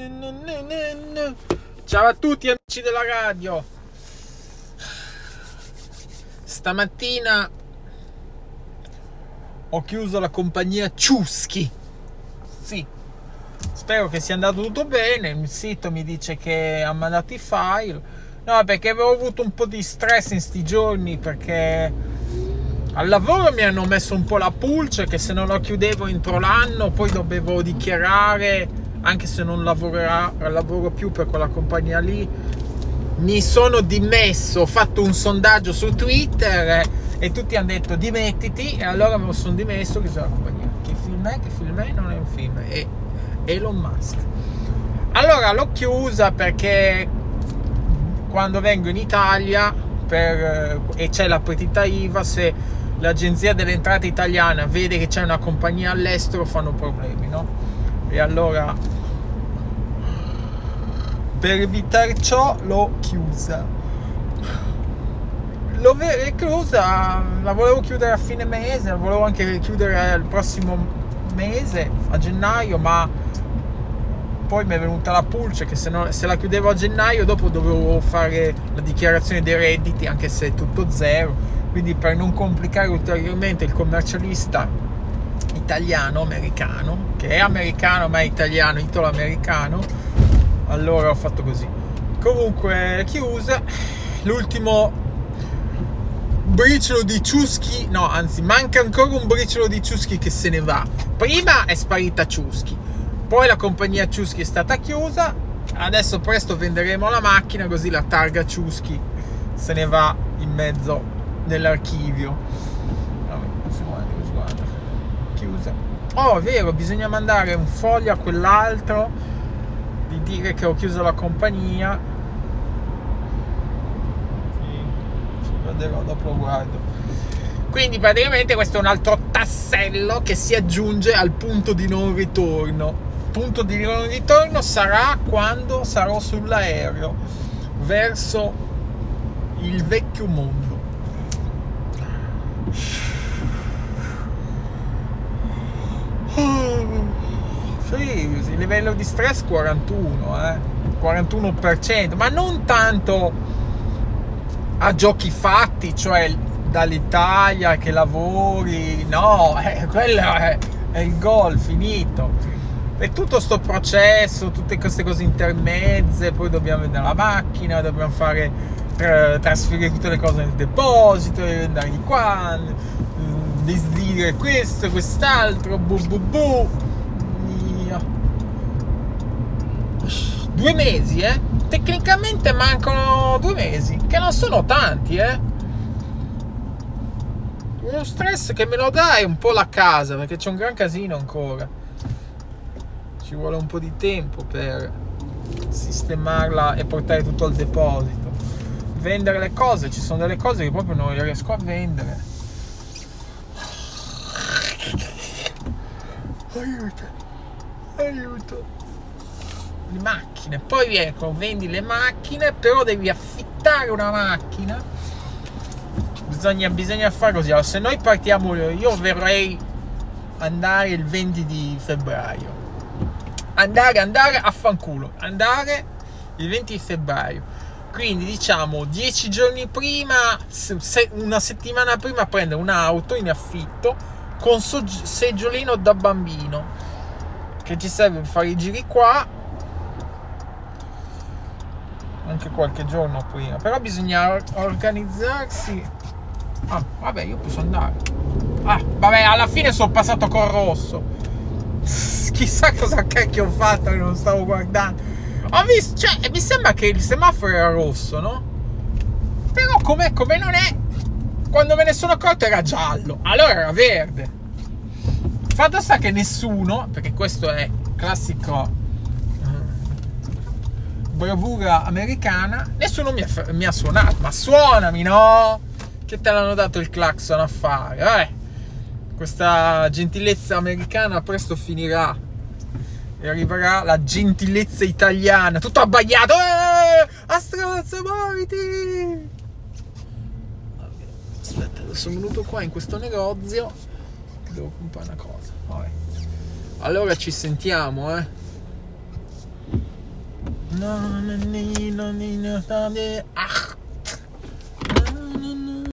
Ciao a tutti amici della radio. Stamattina ho chiuso la compagnia Ciuschi. Sì, spero che sia andato tutto bene. Il sito mi dice che ha mandato i file. No, perché avevo avuto un po' di stress in sti giorni, perché al lavoro mi hanno messo un po' la pulce, che se non lo chiudevo entro l'anno poi dovevo dichiarare, anche se non lavoro più per quella compagnia lì. Mi sono dimesso, ho fatto un sondaggio su Twitter e tutti hanno detto dimettiti, e allora me lo sono dimesso. Che la compagnia, che film è? Non è un film, è Elon Musk. Allora l'ho chiusa perché quando vengo in Italia e c'è la partita IVA, se l'agenzia delle entrate italiana vede che c'è una compagnia all'estero fanno problemi, no? E allora, per evitare ciò, l'ho chiusa. La volevo chiudere a fine mese, la volevo anche chiudere il prossimo mese, a gennaio, ma poi mi è venuta la pulce che se la chiudevo a gennaio, dopo dovevo fare la dichiarazione dei redditi, anche se è tutto zero. Quindi, per non complicare ulteriormente il commercialista italiano-americano, che è americano ma è italiano, italo-americano, allora ho fatto così. Comunque, chiusa. L'ultimo briciolo di Ciuschi, no, anzi manca ancora un briciolo di Ciuschi che se ne va. Prima è sparita Ciuschi, poi la compagnia Ciuschi è stata chiusa, adesso presto venderemo la macchina, così la targa Ciuschi se ne va in mezzo nell'archivio. Guarda. Chiusa. Oh, è vero, bisogna mandare un foglio a quell'altro di dire che ho chiuso la compagnia. Sì, ci vedrò, dopo lo guardo. Quindi praticamente questo è un altro tassello che si aggiunge al punto di non ritorno. Punto di non ritorno sarà quando sarò sull'aereo verso il vecchio mondo. Sì, il livello di stress 41%, ma non tanto a giochi fatti, cioè dall'Italia che lavori, no, quello è il gol finito. È tutto sto processo, tutte queste cose intermezze, poi dobbiamo vedere la macchina, dobbiamo fare trasferire tutte le cose nel deposito, andare di qua, disdire questo, quest'altro, 2 mesi, tecnicamente mancano 2 mesi, che non sono tanti, Uno stress che me lo dà è un po' la casa, perché c'è un gran casino ancora, ci vuole un po' di tempo per sistemarla e portare tutto al deposito, vendere le cose. Ci sono delle cose che proprio non riesco a vendere. Aiuto. Le macchine, poi ecco, vendi le macchine, però devi affittare una macchina. Bisogna fare così. Allora, se noi partiamo, io vorrei andare il 20 di febbraio, andare a fanculo, andare il 20 di febbraio, quindi diciamo 10 giorni prima, una settimana prima, prendere un'auto in affitto con seggiolino da bambino, che ci serve per fare i giri qua, anche qualche giorno prima, però bisogna organizzarsi. Vabbè, io posso andare. Vabbè, alla fine sono passato col rosso. Chissà cosa cacchio ho fatto che non stavo guardando. Ho visto, cioè, mi sembra che il semaforo era rosso, no? Però come non è, quando me ne sono accorto era giallo, allora era verde. Fatto sta che nessuno, perché questo è classico bravura americana, nessuno mi ha suonato. Ma suonami, no? Che te l'hanno dato il clacson a fare? Questa gentilezza americana presto finirà e arriverà la gentilezza italiana. Tutto abbaiato. A stronzo, muoviti! Aspetta, adesso sono venuto qua in questo negozio che devo comprare una cosa. Vabbè. Allora ci sentiamo, No, no, no, no, no, no, no, no, no,